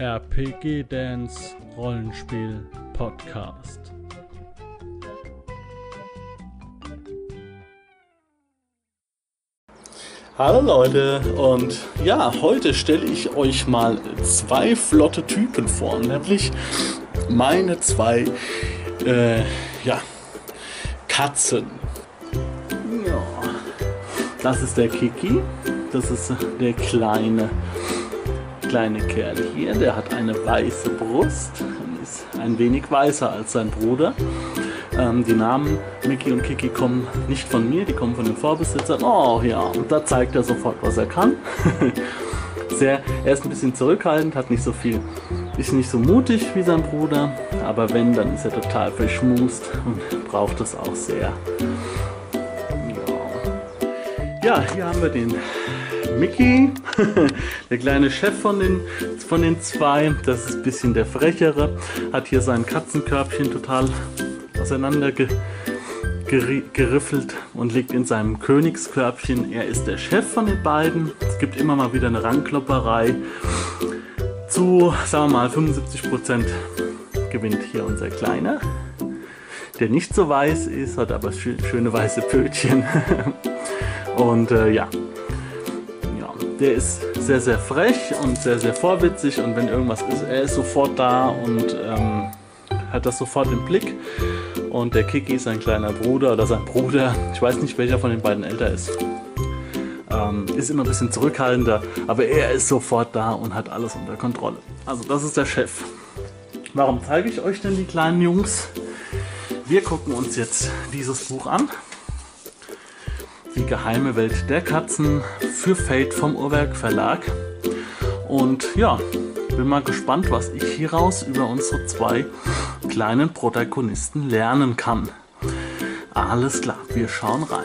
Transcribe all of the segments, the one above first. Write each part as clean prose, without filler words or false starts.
RPG Dance Rollenspiel Podcast. Hallo Leute, und ja, heute stelle ich euch mal zwei flotte Typen vor, nämlich meine zwei Katzen. Ja, das ist der Kiki, das ist der kleine Kerl hier, der hat eine weiße Brust und ist ein wenig weißer als sein Bruder. Die Namen Mickey und Kiki kommen nicht von mir, die kommen von den Vorbesitzern. Oh ja, und da zeigt er sofort, was er kann. Er ist ein bisschen zurückhaltend, hat nicht so viel, ist nicht so mutig wie sein Bruder, aber wenn, dann ist er total verschmust und braucht es auch sehr. Ja, hier haben wir den Mickey, der kleine Chef von den zwei. Das ist ein bisschen der Frechere, hat hier sein Katzenkörbchen total auseinander geriffelt und liegt in seinem Königskörbchen. Er ist der Chef von den beiden. Es gibt immer mal wieder eine Rangklopperei. Zu, sagen wir mal, 75% gewinnt hier unser Kleiner, der nicht so weiß ist, hat aber schöne weiße Pötchen. Und der ist sehr, sehr frech und sehr, sehr vorwitzig, und wenn irgendwas ist, er ist sofort da und hat das sofort im Blick. Und der Kiki ist sein kleiner Bruder oder sein Bruder, ich weiß nicht, welcher von den beiden älter ist. Ist immer ein bisschen zurückhaltender, aber er ist sofort da und hat alles unter Kontrolle. Also das ist der Chef. Warum zeige ich euch denn die kleinen Jungs? Wir gucken uns jetzt dieses Buch an. Die geheime Welt der Katzen für Fate vom Uhrwerk Verlag. Und ja, bin mal gespannt, was ich hieraus über unsere zwei kleinen Protagonisten lernen kann. Alles klar, wir schauen rein.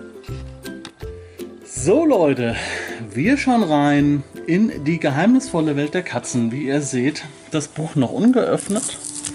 So Leute, wir schauen rein in die geheimnisvolle Welt der Katzen. Wie ihr seht, das Buch noch ungeöffnet.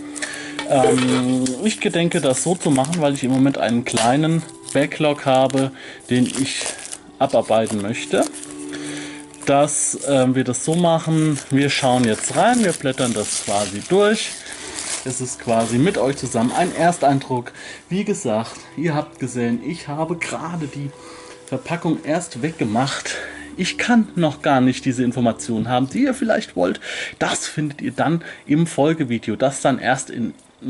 Ich gedenke, das so zu machen, weil ich im Moment einen kleinen Backlog habe, den ich abarbeiten möchte. Dass wir das so machen, wir schauen jetzt rein, wir blättern das quasi durch. Es ist quasi mit euch zusammen ein Ersteindruck. Wie gesagt, ihr habt gesehen, ich habe gerade die Verpackung erst weggemacht. Ich kann noch gar nicht diese Informationen haben, die ihr vielleicht wollt. Das findet ihr dann im Folgevideo, das dann erst in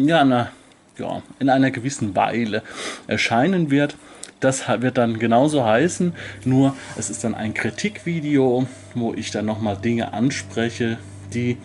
einer gewissen Weile erscheinen wird. Das wird dann genauso heißen, nur es ist dann ein Kritikvideo, wo ich dann nochmal Dinge anspreche, die,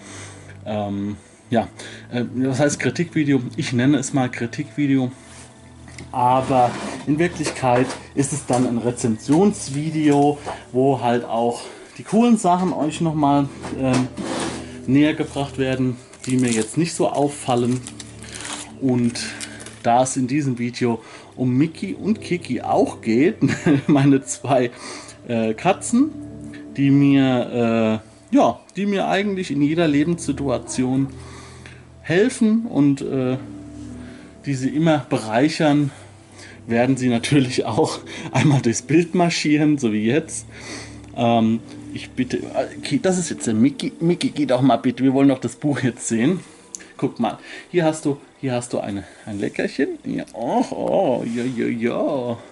was heißt Kritikvideo? Ich nenne es mal Kritikvideo, aber in Wirklichkeit ist es dann ein Rezensionsvideo, wo halt auch die coolen Sachen euch nochmal näher gebracht werden, die mir jetzt nicht so auffallen. Und da es in diesem Video um Mickey und Kiki auch geht, meine zwei Katzen, die mir eigentlich in jeder Lebenssituation helfen und die sie immer bereichern, werden sie natürlich auch einmal durchs Bild marschieren, so wie jetzt. Ich bitte, das ist jetzt der Mickey. Mickey, geh doch mal bitte, wir wollen doch das Buch jetzt sehen. Guck mal, hier hast du ein Leckerchen. Ja, ja.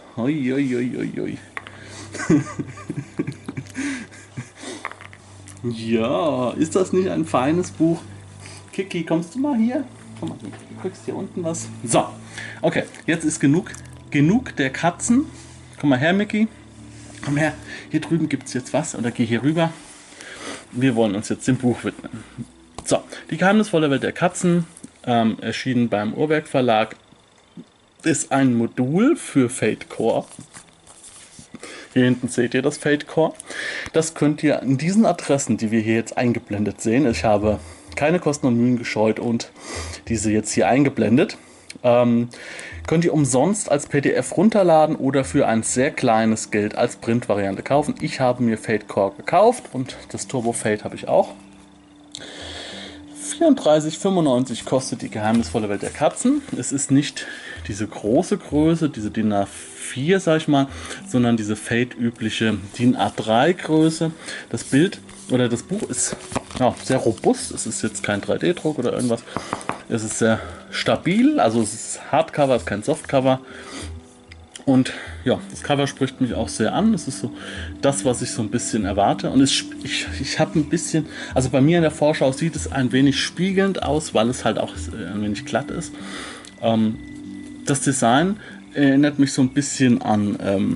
Ja, ist das nicht ein feines Buch? Kiki, kommst du mal hier? Komm mal, du kriegst hier unten was. So, okay, jetzt ist genug der Katzen. Komm mal her, Mickey. Komm her, hier drüben gibt es jetzt was. Oder geh hier rüber. Wir wollen uns jetzt dem Buch widmen. So, die geheimnisvolle Welt der Katzen, erschienen beim Uhrwerk Verlag, ist ein Modul für Fate Core. Hier hinten seht ihr das Fate Core. Das könnt ihr an diesen Adressen, die wir hier jetzt eingeblendet sehen. Ich habe keine Kosten und Mühen gescheut und diese jetzt hier eingeblendet. Könnt ihr umsonst als PDF runterladen oder für ein sehr kleines Geld als Print-Variante kaufen. Ich habe mir Fate Core gekauft und das Turbo Fate habe ich auch. 34,95 kostet die geheimnisvolle Welt der Katzen. Es ist nicht diese große Größe, diese DIN A4, sag ich mal, sondern diese Fate-übliche DIN A3 Größe. Das Bild oder das Buch ist ja, sehr robust. Es ist jetzt kein 3D-Druck oder irgendwas. Es ist sehr stabil, also es ist Hardcover, es ist kein Softcover. Und ja, das Cover spricht mich auch sehr an. Es ist so das, was ich so ein bisschen erwarte. Und ich habe ein bisschen, also bei mir in der Vorschau sieht es ein wenig spiegelnd aus, weil es halt auch ein wenig glatt ist. Das Design erinnert mich so ein bisschen an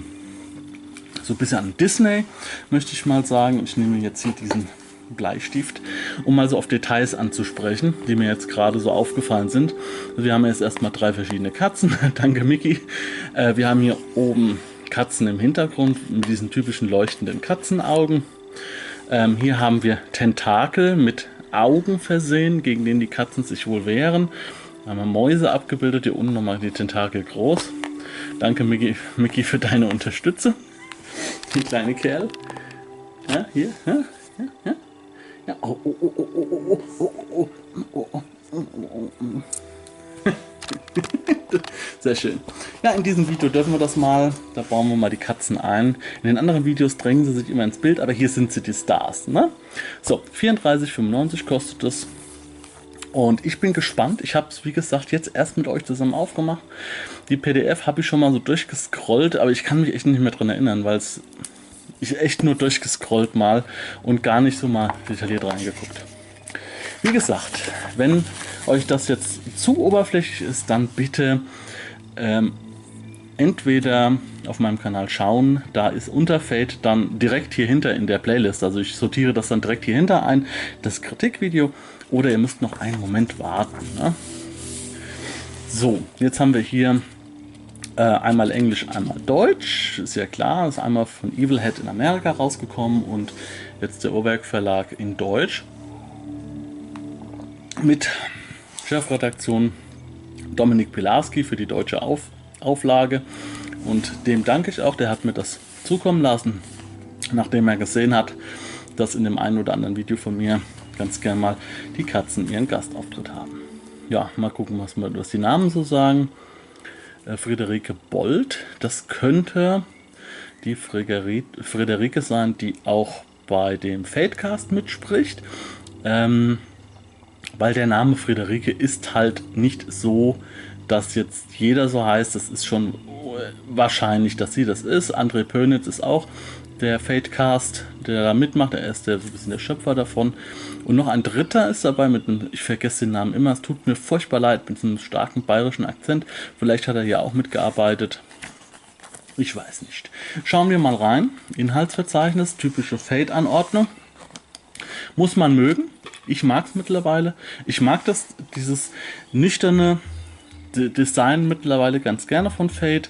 Disney, möchte ich mal sagen. Ich nehme jetzt hier diesen Bleistift, um mal so auf Details anzusprechen, die mir jetzt gerade so aufgefallen sind. Also wir haben jetzt erstmal 3 verschiedene Katzen. Danke, Mickey. Wir haben hier oben Katzen im Hintergrund mit diesen typischen leuchtenden Katzenaugen. Hier haben wir Tentakel mit Augen versehen, gegen denen die Katzen sich wohl wehren. Da haben wir Mäuse abgebildet, hier unten nochmal die Tentakel groß. Danke, Mickey, für deine Unterstützung. Die kleine Kerl. Ja, hier. Ja, ja, ja. Ja. Oh, oh, oh, oh, oh, oh, oh, oh, oh, oh, oh. Sehr schön. Ja, in diesem Video dürfen wir das mal. Da bauen wir mal die Katzen ein. In den anderen Videos drängen sie sich immer ins Bild, aber hier sind sie die Stars. Ne? So, 34,95 kostet es. Und ich bin gespannt. Ich habe es, wie gesagt, jetzt erst mit euch zusammen aufgemacht. Die PDF habe ich schon mal so durchgescrollt, aber ich kann mich echt nicht mehr dran erinnern, weil ich echt nur durchgescrollt mal und gar nicht so mal detailliert reingeguckt. Wie gesagt, wenn euch das jetzt zu oberflächlich ist, dann bitte entweder auf meinem Kanal schauen, da ist Unterfade dann direkt hier hinter in der Playlist, also ich sortiere das dann direkt hier hinter ein, das Kritikvideo, oder ihr müsst noch einen Moment warten. Ne? So, jetzt haben wir hier einmal Englisch, einmal Deutsch, ist ja klar, ist einmal von Evil Head in Amerika rausgekommen und jetzt der Urwerk Verlag in Deutsch mit Chefredaktion Dominik Pilarski für die deutsche Auflage, und dem danke ich auch, der hat mir das zukommen lassen, nachdem er gesehen hat, dass in dem einen oder anderen Video von mir ganz gern mal die Katzen ihren Gastauftritt haben. Ja, mal gucken, was die Namen so sagen. Friederike Bold, das könnte die Friederike sein, die auch bei dem Fadecast mitspricht, weil der Name Friederike ist halt nicht so, dass jetzt jeder so heißt. Das ist schon wahrscheinlich, dass sie das ist. André Pönitz ist auch der Fadecast, der da mitmacht. Er ist ein bisschen der Schöpfer davon. Und noch ein dritter ist dabei mit einem, ich vergesse den Namen immer, es tut mir furchtbar leid, mit einem starken bayerischen Akzent. Vielleicht hat er hier auch mitgearbeitet. Ich weiß nicht. Schauen wir mal rein. Inhaltsverzeichnis, typische Fade-Anordnung. Muss man mögen. Ich mag es mittlerweile. Ich mag dieses nüchterne Design mittlerweile ganz gerne von Fade.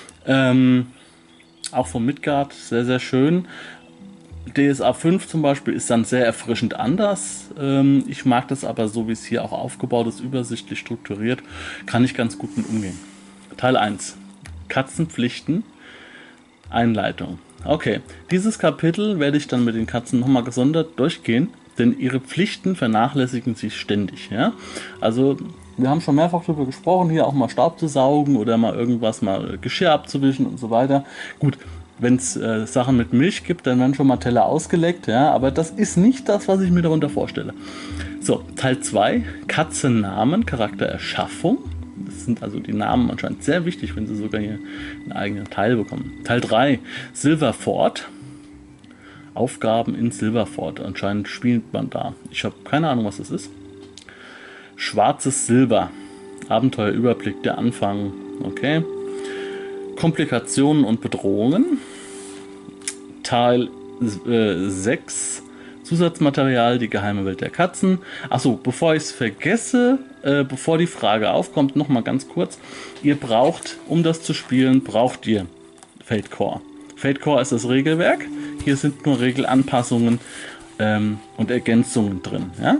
Auch von Midgard, sehr, sehr schön. DSA 5 zum Beispiel ist dann sehr erfrischend anders. Ich mag das aber so, wie es hier auch aufgebaut ist, übersichtlich strukturiert, kann ich ganz gut mit umgehen. Teil 1. Katzenpflichten. Einleitung. Okay, dieses Kapitel werde ich dann mit den Katzen nochmal gesondert durchgehen, denn ihre Pflichten vernachlässigen sie ständig. Ja? Also wir haben schon mehrfach darüber gesprochen, hier auch mal Staub zu saugen oder mal irgendwas, mal Geschirr abzuwischen und so weiter. Gut, wenn es Sachen mit Milch gibt, dann werden schon mal Teller ausgeleckt, ja, aber das ist nicht das, was ich mir darunter vorstelle. So, Teil 2, Katzennamen, Charaktererschaffung. Das sind also die Namen anscheinend sehr wichtig, wenn sie sogar hier einen eigenen Teil bekommen. Teil 3, Silverford. Aufgaben in Silverford. Anscheinend spielt man da. Ich habe keine Ahnung, was das ist. Schwarzes Silber. Abenteuerüberblick, der Anfang. Okay. Komplikationen und Bedrohungen. Teil 6. Zusatzmaterial, die geheime Welt der Katzen. Achso, bevor ich es vergesse, bevor die Frage aufkommt, nochmal ganz kurz. Ihr braucht, um das zu spielen, braucht ihr Fade Core. Fade Core ist das Regelwerk. Hier sind nur Regelanpassungen und Ergänzungen drin. Ja?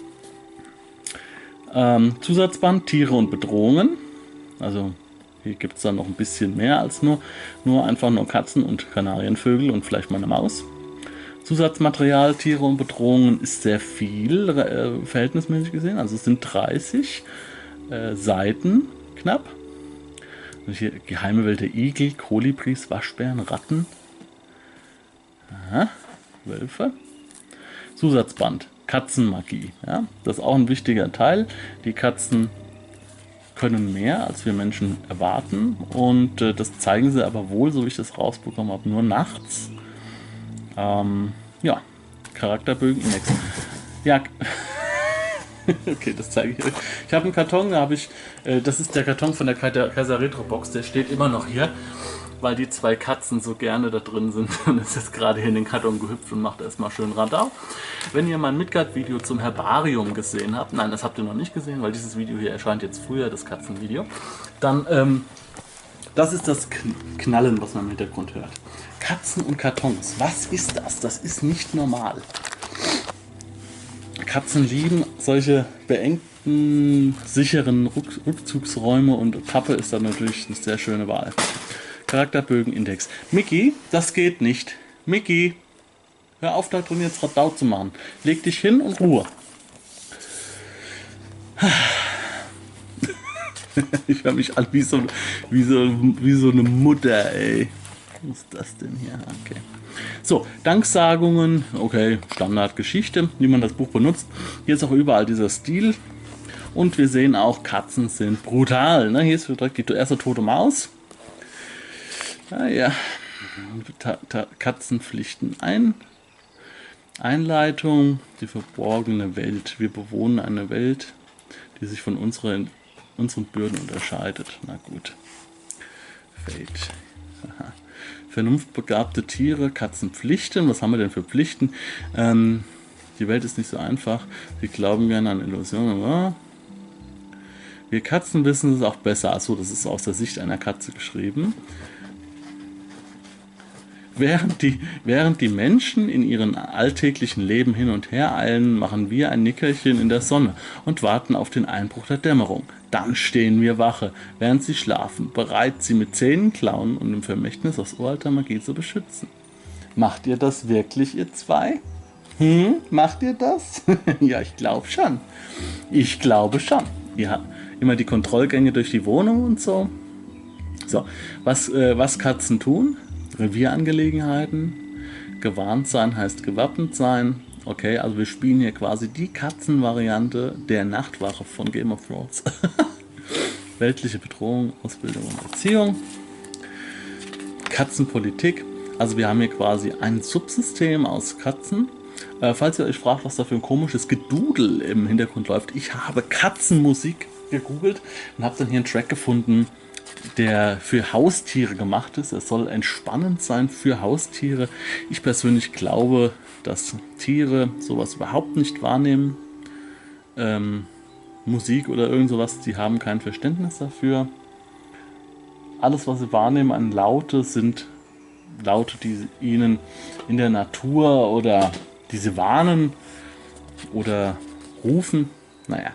Zusatzband, Tiere und Bedrohungen. Also hier gibt es dann noch ein bisschen mehr als nur einfach nur Katzen und Kanarienvögel und vielleicht mal eine Maus. Zusatzmaterial, Tiere und Bedrohungen ist sehr viel, verhältnismäßig gesehen. Also es sind 30 Seiten knapp. Und hier geheime Welt der Igel, Kolibris, Waschbären, Ratten. Aha, Wölfe. Zusatzband. Katzenmagie. Ja? Das ist auch ein wichtiger Teil. Die Katzen können mehr, als wir Menschen erwarten. Und das zeigen sie aber wohl, so wie ich das rausbekommen habe, nur nachts. Ja, Charakterbögen-Index. Ja, okay, das zeige ich euch. Ich habe einen Karton, da habe ich, das ist der Karton von der Kaiser Retro Box, der steht immer noch hier, weil die zwei Katzen so gerne da drin sind und ist jetzt gerade hier in den Karton gehüpft und macht erstmal schön Radau. Wenn ihr mein Midgard-Video zum Herbarium gesehen habt, nein, das habt ihr noch nicht gesehen, weil dieses Video hier erscheint jetzt früher, das Katzenvideo, dann, das ist das Knallen, was man im Hintergrund hört. Katzen und Kartons, was ist das? Das ist nicht normal. Katzen lieben solche beengten, sicheren Rückzugsräume und Pappe ist dann natürlich eine sehr schöne Wahl. Charakterbögen-Index. Mickey, das geht nicht. Mickey, hör auf da drin jetzt Radau zu machen. Leg dich hin und Ruhe. Ich höre mich an wie so eine Mutter, ey. Was ist das denn hier? Okay. So, Danksagungen, okay, Standardgeschichte, wie man das Buch benutzt. Hier ist auch überall dieser Stil. Und wir sehen auch, Katzen sind brutal. Ne? Hier ist direkt die erste tote Maus. Ja. Katzenpflichten Einleitung, die verborgene Welt. Wir bewohnen eine Welt, die sich von unseren Bürden unterscheidet. Na gut. Fate. Aha. Vernunftbegabte Tiere, Katzenpflichten. Was haben wir denn für Pflichten? Die Welt ist nicht so einfach. Sie glauben gerne an Illusionen. Oder? Wir Katzen wissen es auch besser. Achso, das ist aus der Sicht einer Katze geschrieben. Während die Menschen in ihrem alltäglichen Leben hin und her eilen, machen wir ein Nickerchen in der Sonne und warten auf den Einbruch der Dämmerung. Dann stehen wir Wache, während sie schlafen, bereit, sie mit Zähnen, Klauen und dem Vermächtnis aus uralter Magie zu beschützen. Macht ihr das wirklich, ihr zwei? Macht ihr das? Ja, ich glaube schon. Ich glaube schon. Ja, immer die Kontrollgänge durch die Wohnung und so. So, was Katzen tun? Revierangelegenheiten. Gewarnt sein heißt gewappnet sein. Okay, also wir spielen hier quasi die Katzenvariante der Nachtwache von Game of Thrones. Weltliche Bedrohung, Ausbildung und Erziehung. Katzenpolitik. Also wir haben hier quasi ein Subsystem aus Katzen. Falls ihr euch fragt, was da für ein komisches Gedudel im Hintergrund läuft, ich habe Katzenmusik gegoogelt und habe dann hier einen Track gefunden, der für Haustiere gemacht ist. Es soll entspannend sein für Haustiere. Ich persönlich glaube, dass Tiere sowas überhaupt nicht wahrnehmen. Musik oder irgend sowas, die haben kein Verständnis dafür. Alles, was sie wahrnehmen an Laute, sind Laute, die ihnen in der Natur oder die sie warnen oder rufen. Naja.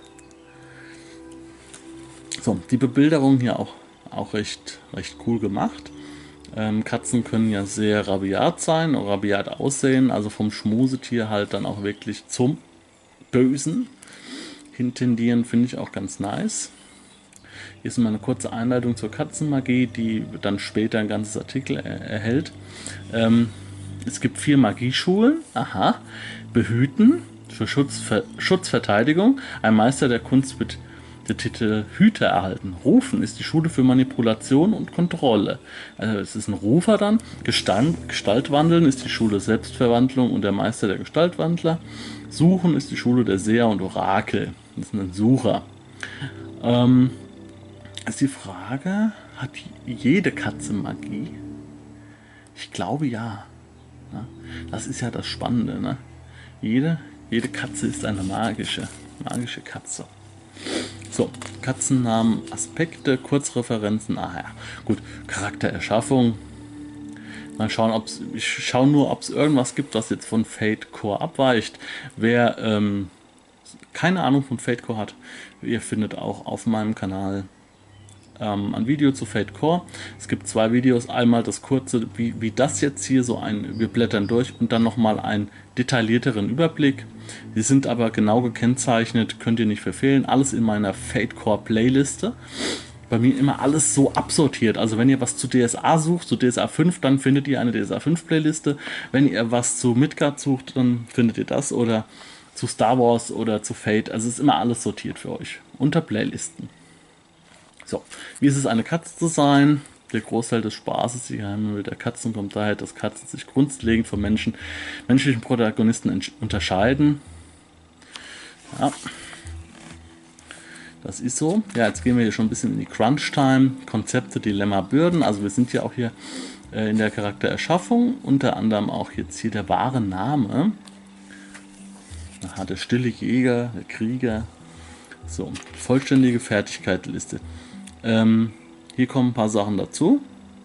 So, die Bebilderung hier auch recht cool gemacht. Katzen können ja sehr rabiat sein oder rabiat aussehen, also vom Schmusetier halt dann auch wirklich zum Bösen hintendieren, finde ich auch ganz nice. Hier ist mal eine kurze Einleitung zur Katzenmagie, die dann später ein ganzes Artikel erhält. Es gibt 4 Magieschulen. Aha. Behüten für Schutzverteidigung. Ein Meister der Kunst wird der Titel Hüter erhalten. Rufen ist die Schule für Manipulation und Kontrolle. Also es ist ein Rufer dann. Gestaltwandeln ist die Schule Selbstverwandlung und der Meister der Gestaltwandler. Suchen ist die Schule der Seher und Orakel. Das ist ein Sucher. Ist die Frage, hat jede Katze Magie? Ich glaube ja. Das ist ja das Spannende. Ne? Jede Katze ist eine magische Katze. So, Katzennamen, Aspekte, Kurzreferenzen, ja, gut, Charaktererschaffung. Mal schauen, ich schaue nur, ob es irgendwas gibt, was jetzt von Fate Core abweicht. Wer keine Ahnung von Fate Core hat, ihr findet auch auf meinem Kanal ein Video zu Fate Core. Es gibt 2 Videos, einmal das kurze, wie das jetzt hier so wir blättern durch und dann nochmal einen detaillierteren Überblick. Die sind aber genau gekennzeichnet, könnt ihr nicht verfehlen. Alles in meiner Fate Core Playliste. Bei mir immer alles so absortiert. Also wenn ihr was zu DSA sucht, zu DSA 5, dann findet ihr eine DSA 5 Playliste. Wenn ihr was zu Midgard sucht, dann findet ihr das. Oder zu Star Wars oder zu Fate. Also es ist immer alles sortiert für euch. Unter Playlisten. So, wie ist es, eine Katze zu sein? Der Großteil des Spaßes, die Geheimnisse der Katzen, kommt daher, dass Katzen sich grundlegend von menschlichen Protagonisten unterscheiden. Ja, das ist so. Ja, jetzt gehen wir hier schon ein bisschen in die Crunch-Time. Konzepte, Dilemma, Bürden. Also wir sind ja auch hier in der Charaktererschaffung. Unter anderem auch jetzt hier der wahre Name. Aha, der stille Jäger, der Krieger. So, vollständige Fertigkeitsliste. Hier kommen ein paar Sachen dazu.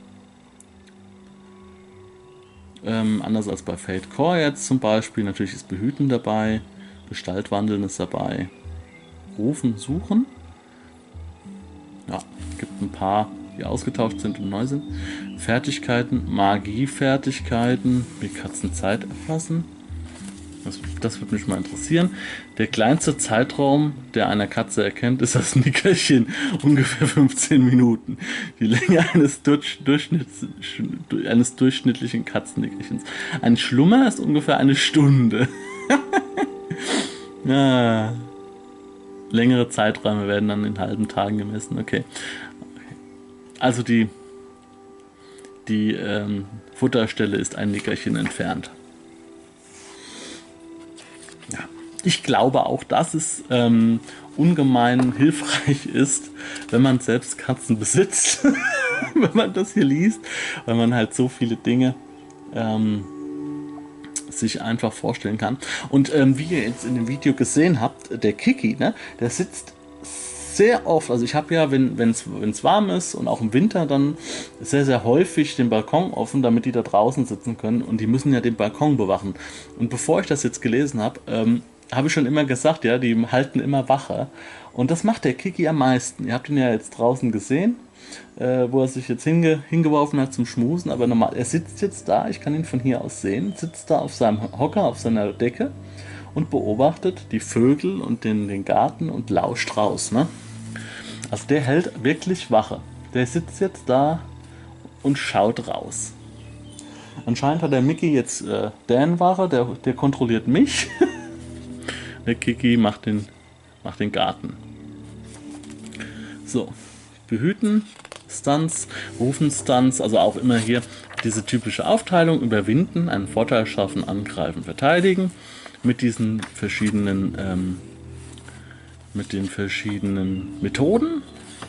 Anders als bei Fate Core jetzt zum Beispiel. Natürlich ist Behüten dabei. Gestaltwandeln ist dabei. Rufen, suchen. Ja, gibt ein paar, die ausgetauscht sind und neu sind. Fertigkeiten, Magiefertigkeiten, wie Katzen Zeit erfassen. Das würde mich mal interessieren. Der kleinste Zeitraum, der einer Katze erkennt, ist das Nickerchen. Ungefähr 15 Minuten. Die Länge eines durchschnittlichen Katzennickerchens. Ein Schlummer ist ungefähr eine Stunde. Ja. Längere Zeiträume werden dann in halben Tagen gemessen. Okay. Also die Futterstelle ist ein Nickerchen entfernt. Ja. Ich glaube auch, dass es ungemein hilfreich ist, wenn man selbst Katzen besitzt. Wenn man das hier liest, weil man halt so viele Dinge sich einfach vorstellen kann. Und wie ihr jetzt in dem Video gesehen habt, der Kiki, ne, der sitzt sehr oft, also ich habe ja, wenn es warm ist und auch im Winter, dann sehr, sehr häufig den Balkon offen, damit die da draußen sitzen können, und die müssen ja den Balkon bewachen. Und bevor ich das jetzt gelesen habe, habe ich schon immer gesagt, ja, die halten immer Wache. Und das macht der Kiki am meisten. Ihr habt ihn ja jetzt draußen gesehen, wo er sich jetzt hingeworfen hat zum Schmusen, aber normal, er sitzt jetzt da, ich kann ihn von hier aus sehen, sitzt da auf seinem Hocker, auf seiner Decke und beobachtet die Vögel und den Garten und lauscht raus, ne? Also der hält wirklich Wache. Der sitzt jetzt da und schaut raus. Anscheinend hat der Mickey jetzt Dan Wache, der kontrolliert mich. Der Kiki macht den Garten. So, behüten, Stunts, rufen Stunts, also auch immer hier diese typische Aufteilung: überwinden, einen Vorteil schaffen, angreifen, verteidigen, mit diesen verschiedenen mit den verschiedenen Methoden.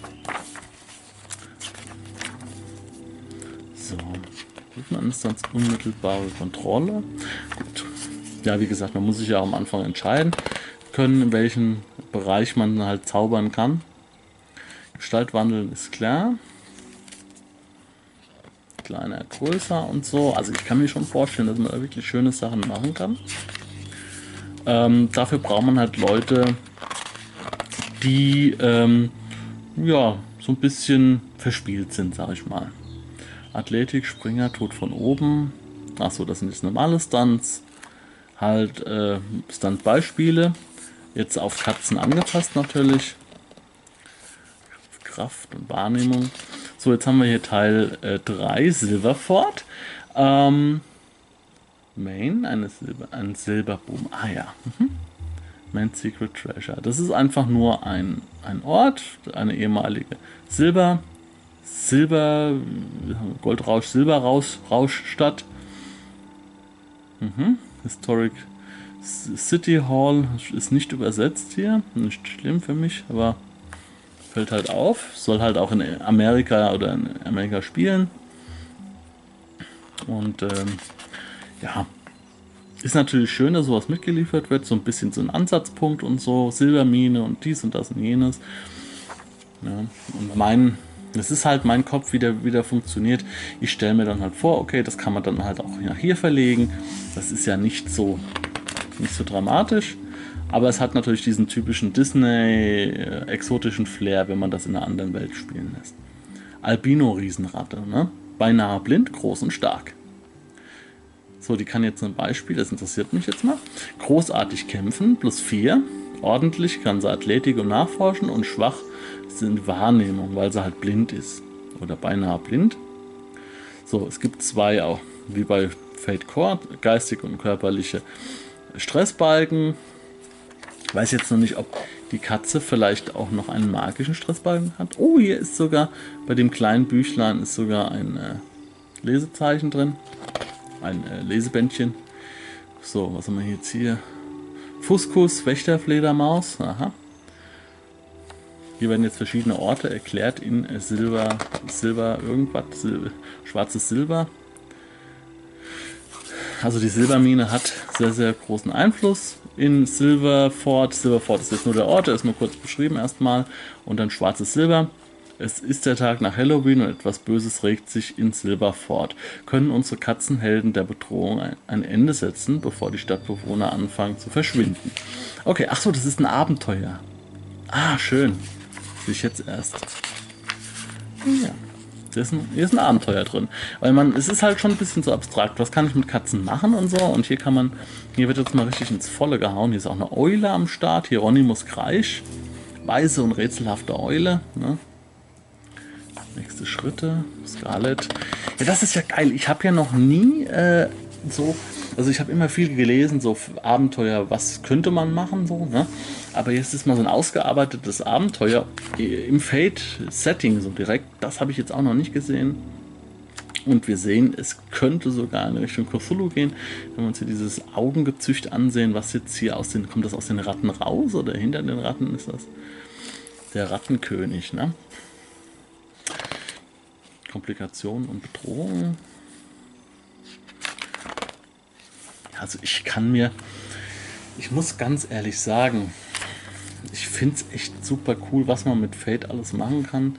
So, Instanz, unmittelbare Kontrolle. Gut. Ja, wie gesagt, man muss sich ja auch am Anfang entscheiden können, in welchem Bereich man halt zaubern kann. Gestaltwandeln ist klar. Kleiner, größer und so. Also ich kann mir schon vorstellen, dass man da wirklich schöne Sachen machen kann. Dafür braucht man halt Leute, die ja, so ein bisschen verspielt sind, sag ich mal. Athletik, Springer, Tod von oben. Achso, das sind jetzt normale Stunts. Halt Stunt-Beispiele. Jetzt auf Katzen angepasst natürlich. Kraft und Wahrnehmung. So, jetzt haben wir hier Teil 3, Silverford. Main, ein Silberboom. Ah ja. Main Secret Treasure. Das ist einfach nur ein Ort, eine ehemalige Goldrausch, Silberrauschstadt. Historic City Hall ist nicht übersetzt hier. Nicht schlimm für mich, aber fällt halt auf. Soll halt auch in Amerika spielen. Und ja, ist natürlich schön, dass sowas mitgeliefert wird. So ein bisschen so ein Ansatzpunkt und so. Silbermine und dies und das und jenes. Ja, und das ist halt mein Kopf, wie der funktioniert. Ich stelle mir dann halt vor, okay, das kann man dann halt auch nach hier verlegen. Das ist ja nicht so dramatisch. Aber es hat natürlich diesen typischen Disney-exotischen Flair, wenn man das in einer anderen Welt spielen lässt. Albino-Riesenratte, ne? Beinahe blind, groß und stark. So, die kann jetzt ein Beispiel, das interessiert mich jetzt mal. Großartig kämpfen, +4. Ordentlich kann sie Athletik und Nachforschen, und schwach sind Wahrnehmung, weil sie halt blind ist. Oder beinahe blind. So, es gibt zwei auch, wie bei Fate Core, geistig und körperliche Stressbalken. Ich weiß jetzt noch nicht, ob die Katze vielleicht auch noch einen magischen Stressbalken hat. Oh, hier ist sogar, bei dem kleinen Büchlein ist sogar ein Lesezeichen drin. Ein Lesebändchen. So, was haben wir jetzt hier? Fuskus, Wächterfledermaus. Aha. Hier werden jetzt verschiedene Orte erklärt in Silber irgendwas, schwarzes Silber. Also die Silbermine hat sehr, sehr großen Einfluss in Silverford. Silverford ist jetzt nur der Ort, der ist nur kurz beschrieben erstmal. Und dann schwarzes Silber. Es ist der Tag nach Halloween und etwas Böses regt sich in Silverford. Können unsere Katzenhelden der Bedrohung ein Ende setzen, bevor die Stadtbewohner anfangen zu verschwinden? Okay, ach so, das ist ein Abenteuer. Ah, schön. Sehe ich jetzt erst. Ja. Hier ist ein Abenteuer drin. Weil es ist halt schon ein bisschen so abstrakt. Was kann ich mit Katzen machen und so? Und hier wird jetzt mal richtig ins Volle gehauen. Hier ist auch eine Eule am Start. Hieronymus Kreisch. Weiße und rätselhafte Eule. Ne? Nächste Schritte. Scarlett. Ja, das ist ja geil. Ich habe ja noch nie also ich habe immer viel gelesen, so Abenteuer, was könnte man machen, so, ne? Aber jetzt ist mal so ein ausgearbeitetes Abenteuer im Fate-Setting so direkt. Das habe ich jetzt auch noch nicht gesehen. Und wir sehen, es könnte sogar in Richtung Cthulhu gehen. Wenn wir uns hier dieses Augengezücht ansehen, was jetzt hier kommt das aus den Ratten raus oder hinter den Ratten ist das? Der Rattenkönig, ne? Komplikationen und Bedrohungen. Also ich muss ganz ehrlich sagen, ich finde es echt super cool, was man mit Fate alles machen kann.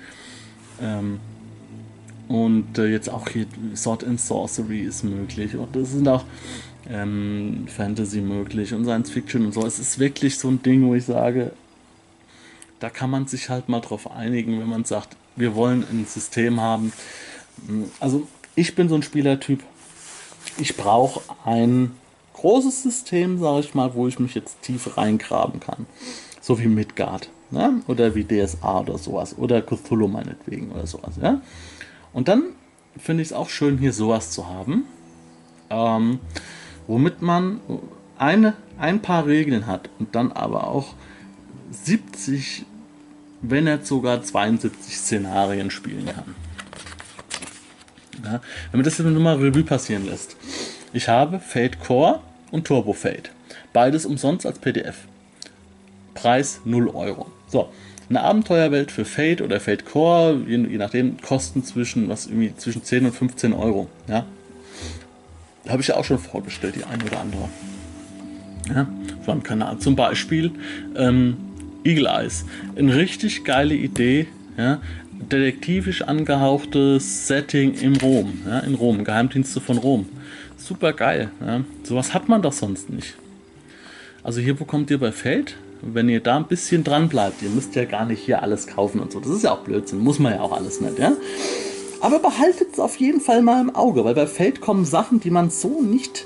Jetzt auch hier Sword and Sorcery ist möglich und es sind auch Fantasy möglich und Science Fiction und so. Es ist wirklich so ein Ding, wo ich sage, da kann man sich halt mal drauf einigen, wenn man sagt, wir wollen ein System haben. Also ich bin so ein Spielertyp, ich brauche ein großes System, sage ich mal, wo ich mich jetzt tief reingraben kann. So wie Midgard, ne? Oder wie DSA oder sowas. Oder Cthulhu meinetwegen oder sowas. Ja? Und dann finde ich es auch schön, hier sowas zu haben, womit man ein paar Regeln hat und dann aber auch 70, wenn nicht sogar 72 Szenarien spielen kann. Ja? Wenn man das jetzt nur mal Revue passieren lässt. Ich habe Fate Core und Turbo Fate. Beides umsonst als PDF. Preis 0 Euro. So, eine Abenteuerwelt für Fate oder Fate Core, je nachdem, kosten zwischen 10 und 15 Euro. Ja? Habe ich ja auch schon vorgestellt, die eine oder andere. Ja? Auf meinem Kanal. Zum Beispiel Eagle Eyes. Eine richtig geile Idee. Ja? Detektivisch angehauchtes Setting in Rom. Ja? In Rom, Geheimdienste von Rom. Super geil. Ja? Sowas hat man doch sonst nicht. Also hier bekommt ihr bei Fate, wenn ihr da ein bisschen dran bleibt, ihr müsst ja gar nicht hier alles kaufen und so. Das ist ja auch Blödsinn, muss man ja auch alles nicht, ja. Aber behaltet es auf jeden Fall mal im Auge, weil bei Fate kommen Sachen, die man so nicht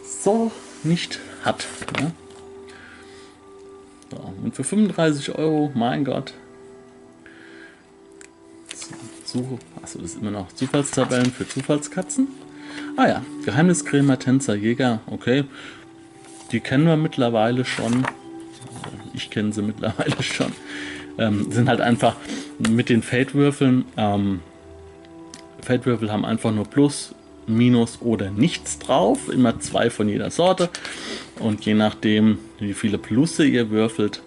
hat. Ja? So, und für 35 Euro, mein Gott. Suche, achso, das ist immer noch Zufallstabellen für Zufallskatzen. Ah ja, Geheimniskrämer, Tänzer, Jäger, okay. Die kennen wir mittlerweile schon. Ich kenne sie mittlerweile schon. Sind halt einfach mit den Fate-Würfeln. Fate-Würfel haben einfach nur Plus, Minus oder nichts drauf. Immer 2 von jeder Sorte. Und je nachdem, wie viele Plusse ihr würfelt,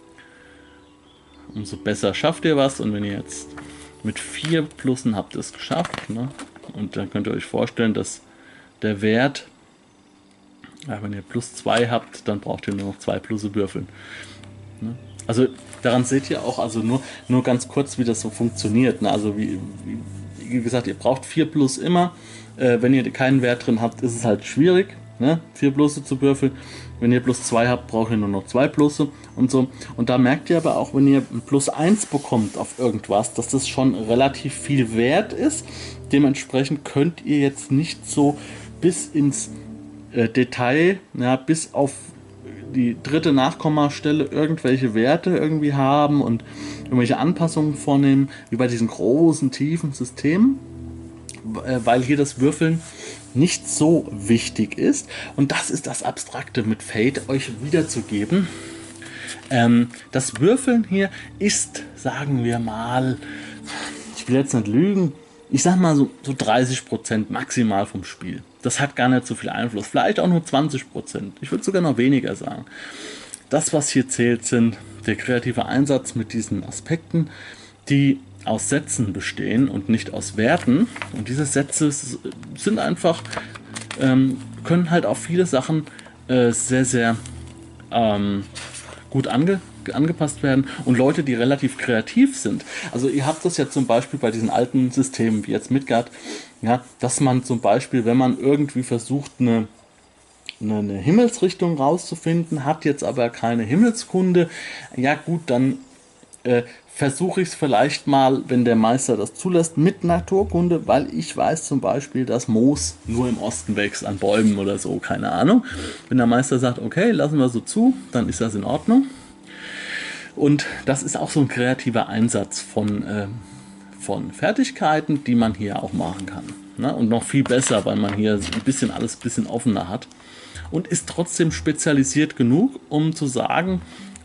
umso besser schafft ihr was. Und wenn ihr jetzt mit 4 Plussen habt es geschafft, ne? Und dann könnt ihr euch vorstellen, dass der Wert, ja, wenn ihr plus 2 habt, dann braucht ihr nur noch 2 Plusse würfeln. Ne? Also daran seht ihr auch, also nur ganz kurz, wie das so funktioniert. Ne? Also wie gesagt, ihr braucht 4 Plus immer. Wenn ihr keinen Wert drin habt, ist es halt schwierig, ne? 4 Plusse zu würfeln. Wenn ihr plus 2 habt, braucht ihr nur noch 2 Plusse und so. Und da merkt ihr aber auch, wenn ihr ein plus 1 bekommt auf irgendwas, dass das schon relativ viel wert ist. Dementsprechend könnt ihr jetzt nicht so bis ins Detail, ja, bis auf die dritte Nachkommastelle irgendwelche Werte irgendwie haben und irgendwelche Anpassungen vornehmen, wie bei diesen großen, tiefen Systemen, weil hier das Würfeln nicht so wichtig ist. Und das ist das Abstrakte mit Fate, euch wiederzugeben. Das Würfeln hier ist, sagen wir mal, ich will jetzt nicht lügen, ich sag mal so 30% maximal vom Spiel. Das hat gar nicht so viel Einfluss. Vielleicht auch nur 20%. Ich würde sogar noch weniger sagen. Das, was hier zählt, sind der kreative Einsatz mit diesen Aspekten, die aus Sätzen bestehen und nicht aus Werten. Und diese Sätze sind einfach, können halt auf viele Sachen sehr, sehr gut angepasst werden, und Leute, die relativ kreativ sind. Also ihr habt das ja zum Beispiel bei diesen alten Systemen wie jetzt Midgard, ja, dass man zum Beispiel, wenn man irgendwie versucht, eine Himmelsrichtung rauszufinden, hat jetzt aber keine Himmelskunde, ja gut, dann versuche ich es vielleicht mal, wenn der Meister das zulässt, mit Naturkunde, weil ich weiß zum Beispiel, dass Moos nur im Osten wächst, an Bäumen oder so, keine Ahnung. Wenn der Meister sagt, okay, lassen wir so zu, dann ist das in Ordnung. Und das ist auch so ein kreativer Einsatz von Fertigkeiten, die man hier auch machen kann. Ne? Und noch viel besser, weil man hier ein bisschen alles ein bisschen offener hat. Und ist trotzdem spezialisiert genug, um zu sagen,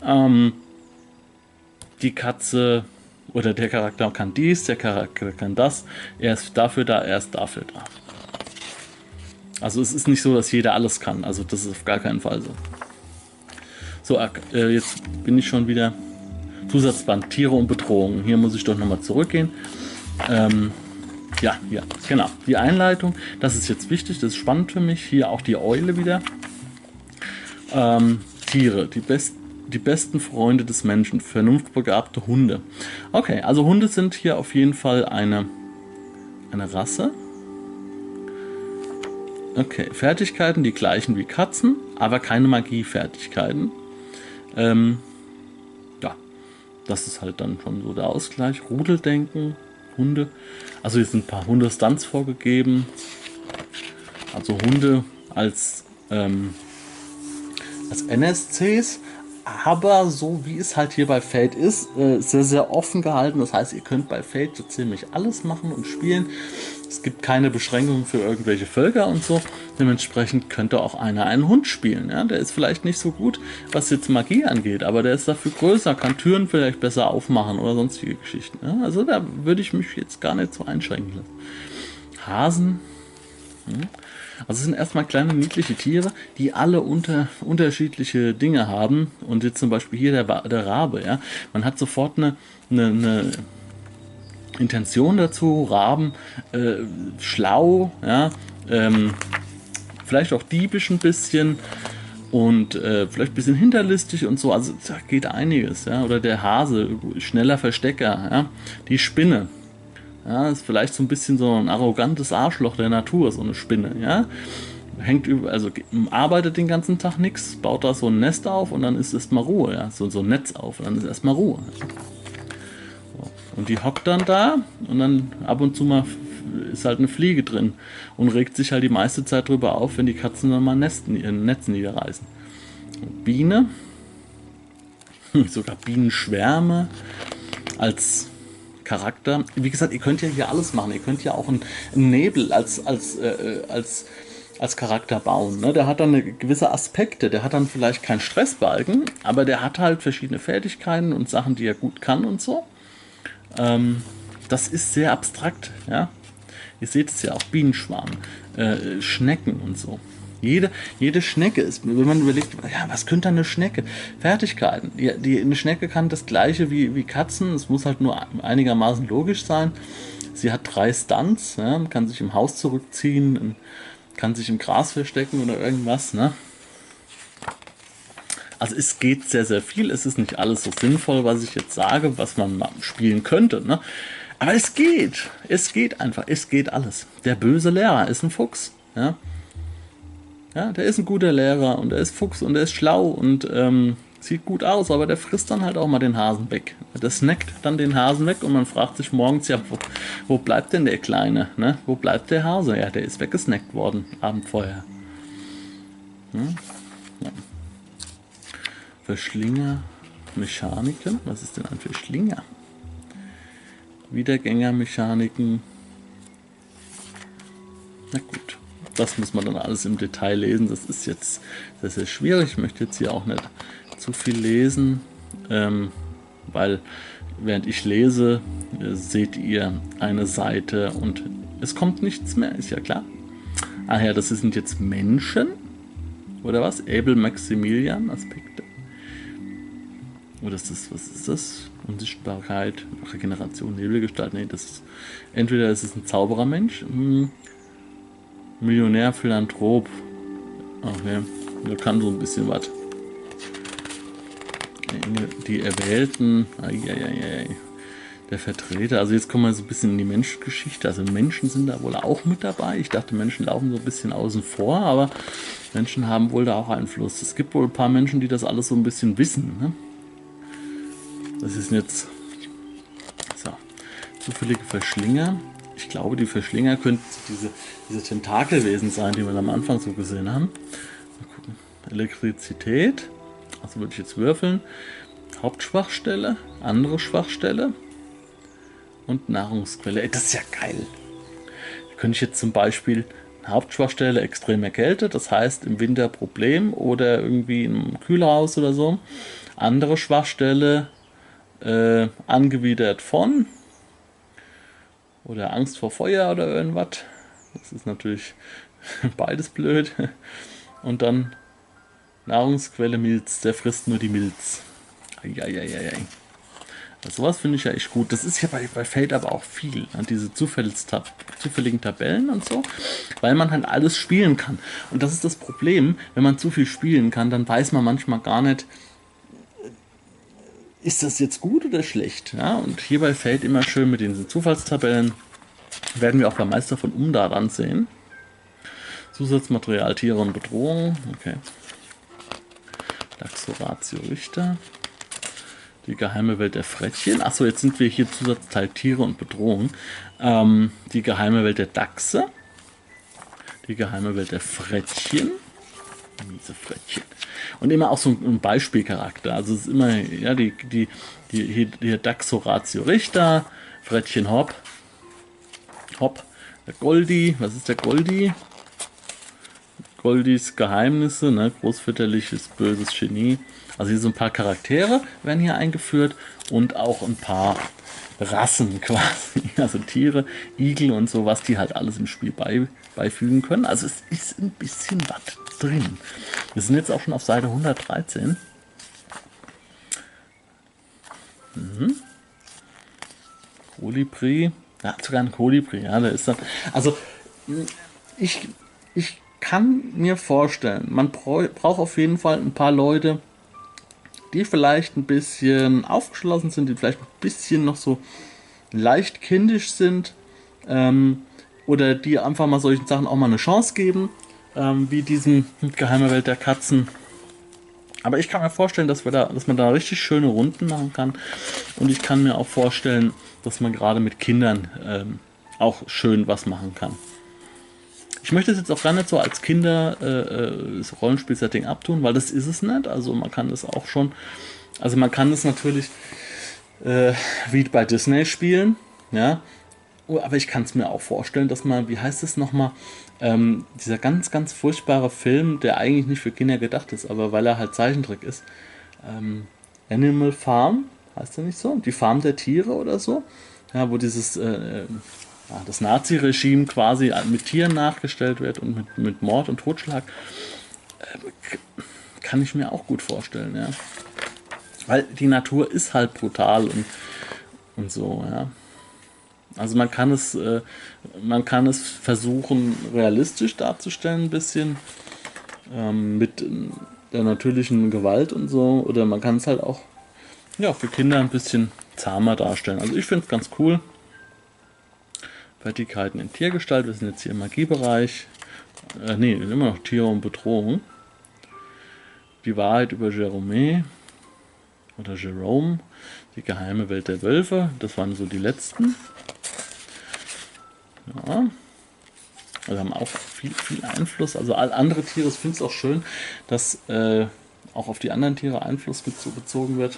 die Katze oder der Charakter kann dies, der Charakter kann das, er ist dafür da, er ist dafür da. Also es ist nicht so, dass jeder alles kann, also das ist auf gar keinen Fall so. So, jetzt bin ich schon wieder. Zusatzband, Tiere und Bedrohungen. Hier muss ich doch nochmal zurückgehen. Ja, genau. Die Einleitung, das ist jetzt wichtig, das ist spannend für mich. Hier auch die Eule wieder. Tiere, die besten Freunde des Menschen, vernunftbegabte Hunde. Okay, also Hunde sind hier auf jeden Fall eine Rasse. Okay, Fertigkeiten, die gleichen wie Katzen, aber keine Magiefertigkeiten. Ja, das ist halt dann schon so der Ausgleich. Rudeldenken, Hunde. Also hier sind ein paar Hundestunts vorgegeben. Also Hunde als NSCs, aber so wie es halt hier bei Fate ist, sehr, sehr offen gehalten. Das heißt, ihr könnt bei Fate so ziemlich alles machen und spielen. Es gibt keine Beschränkungen für irgendwelche Völker und so. Dementsprechend könnte auch einer einen Hund spielen. Ja? Der ist vielleicht nicht so gut, was jetzt Magie angeht, aber der ist dafür größer, kann Türen vielleicht besser aufmachen oder sonstige Geschichten. Ja? Also da würde ich mich jetzt gar nicht so einschränken lassen. Hasen. Also es sind erstmal kleine niedliche Tiere, die alle unterschiedliche Dinge haben. Und jetzt zum Beispiel hier der Rabe. Ja? Man hat sofort eine Intention dazu. Raben, schlau, ja? Vielleicht auch diebisch ein bisschen und vielleicht ein bisschen hinterlistig und so. Also da geht einiges. Ja? Oder der Hase, schneller Verstecker. Ja? Die Spinne. Ja, ist vielleicht so ein bisschen so ein arrogantes Arschloch der Natur, so eine Spinne, ja. Also arbeitet den ganzen Tag nichts, baut da so ein Nest auf und dann ist erstmal Ruhe, ja. So ein Netz auf und dann ist erstmal Ruhe. So. Und die hockt dann da und dann ab und zu mal ist halt eine Fliege drin und regt sich halt die meiste Zeit drüber auf, wenn die Katzen dann mal ein Netz niederreißen. Und Biene, sogar Bienenschwärme als Charakter. Wie gesagt, ihr könnt ja hier alles machen. Ihr könnt ja auch einen Nebel als Charakter bauen. Ne? Der hat dann gewisse Aspekte. Der hat dann vielleicht keinen Stressbalken, aber der hat halt verschiedene Fertigkeiten und Sachen, die er gut kann und so. Das ist sehr abstrakt. Ja? Ihr seht es ja auch, Bienenschwarm, Schnecken und so. Jede Schnecke ist, wenn man überlegt, ja, was könnte eine Schnecke? Fertigkeiten. Eine Schnecke kann das gleiche wie Katzen, es muss halt nur einigermaßen logisch sein. Sie hat 3 Stunts, ja, kann sich im Haus zurückziehen, kann sich im Gras verstecken oder irgendwas. Ne? Also es geht sehr, sehr viel. Es ist nicht alles so sinnvoll, was ich jetzt sage, was man mal spielen könnte. Ne? Aber es geht. Es geht einfach. Es geht alles. Der böse Lehrer ist ein Fuchs. Ja? Ja, der ist ein guter Lehrer und der ist Fuchs und der ist schlau und sieht gut aus, aber der frisst dann halt auch mal den Hasen weg. Der snackt dann den Hasen weg und man fragt sich morgens, ja, wo bleibt denn der Kleine? Ne? Wo bleibt der Hase? Ja, der ist weggesnackt worden, Abend vorher. Ja. Verschlinger, Mechaniken, was ist denn ein Verschlinger? Wiedergängermechaniken. Na gut. Das muss man dann alles im Detail lesen. Das ist jetzt sehr, sehr schwierig. Ich möchte jetzt hier auch nicht zu viel lesen. weil während ich lese, seht ihr eine Seite und es kommt nichts mehr, ist ja klar. Ach ja, das sind jetzt Menschen, oder was? Abel Maximilian Aspekte. Oder ist das, was ist das? Unsichtbarkeit, Regeneration, Nebelgestalt. Nee, das ist, entweder ist es ein Zauberermensch, Millionär, Philanthrop. Okay, der kann so ein bisschen was. Die Erwählten, der Vertreter. Also jetzt kommen wir so ein bisschen in die Menschengeschichte. Also Menschen sind da wohl auch mit dabei. Ich dachte, Menschen laufen so ein bisschen außen vor, aber Menschen haben wohl da auch Einfluss. Es gibt wohl ein paar Menschen, die das alles so ein bisschen wissen. Ne? Das ist jetzt so. Zufällige Verschlinger. Ich glaube, die Verschlinger könnten diese Tentakelwesen sein, die wir am Anfang so gesehen haben. Mal gucken. Elektrizität. Also würde ich jetzt würfeln. Hauptschwachstelle, andere Schwachstelle und Nahrungsquelle. Ey, das ist ja geil. Da könnte ich jetzt zum Beispiel Hauptschwachstelle extreme Kälte, das heißt im Winter Problem oder irgendwie im Kühlhaus oder so. Andere Schwachstelle angewidert von oder Angst vor Feuer oder irgendwas. Das ist natürlich beides blöd. Und dann Nahrungsquelle Milz, der frisst nur die Milz. Eieieiei. Also sowas finde ich ja echt gut. Das ist ja bei Fate aber auch viel. Ne? Diese zufälligen Tabellen und so. Weil man halt alles spielen kann. Und das ist das Problem, wenn man zu viel spielen kann, dann weiß man manchmal gar nicht, ist das jetzt gut oder schlecht. Ja? Und hier bei Fate immer schön mit den Zufallstabellen. Werden wir auch beim Meister von Umdaran sehen. Zusatzmaterial, Tiere und Bedrohung. Okay. Daxoratio Richter. Die geheime Welt der Frettchen. Achso, jetzt sind wir hier Zusatzteil Tiere und Bedrohung. Die geheime Welt der Dachse. Die geheime Welt der Frettchen. Miese Frettchen. Und immer auch so ein Beispielcharakter. Also es ist immer, ja, hier Daxoratio Richter, Frettchen Hopp. Hopp. Der Goldi. Was ist der Goldi? Goldis Geheimnisse, ne? Großväterliches, böses Genie. Also hier so ein paar Charaktere werden hier eingeführt und auch ein paar Rassen quasi. Also Tiere, Igel und so, was die halt alles im Spiel beifügen können. Also es ist ein bisschen was drin. Wir sind jetzt auch schon auf Seite 113. Kolibri. Ja, sogar ein Kolibri, ja, da ist dann. Also ich kann mir vorstellen, man braucht auf jeden Fall ein paar Leute, die vielleicht ein bisschen aufgeschlossen sind, die vielleicht ein bisschen noch so leicht kindisch sind, oder die einfach mal solchen Sachen auch mal eine Chance geben, wie diesem Geheime Welt der Katzen. Aber ich kann mir vorstellen, dass man da richtig schöne Runden machen kann. Und ich kann mir auch vorstellen, dass man gerade mit Kindern auch schön was machen kann. Ich möchte es jetzt auch gar nicht so als Kinder das Rollenspiel-Setting abtun, weil das ist es nicht. Also man kann das auch schon, also man kann es natürlich wie bei Disney spielen, ja. Aber ich kann es mir auch vorstellen, dass man, wie heißt es nochmal, dieser ganz, ganz furchtbare Film, der eigentlich nicht für Kinder gedacht ist, aber weil er halt Zeichentrick ist, Animal Farm, heißt er nicht so? Die Farm der Tiere oder so? Ja, wo dieses das Nazi-Regime quasi mit Tieren nachgestellt wird und mit Mord und Totschlag, kann ich mir auch gut vorstellen, ja. Weil die Natur ist halt brutal und so, ja. Also man kann es versuchen realistisch darzustellen ein bisschen, mit der natürlichen Gewalt und so, oder man kann es halt auch ja, für Kinder ein bisschen zahmer darstellen. Also ich finde es ganz cool. Fertigkeiten in Tiergestalt, wir sind jetzt hier im Magiebereich. Immer noch Tiere und Bedrohung. Die Wahrheit über Jerome oder Jerome. Die geheime Welt der Wölfe. Das waren so die letzten. Ja. Also haben auch viel Einfluss. Also all andere Tiere, ich finde es auch schön, dass auch auf die anderen Tiere Einfluss bezogen wird.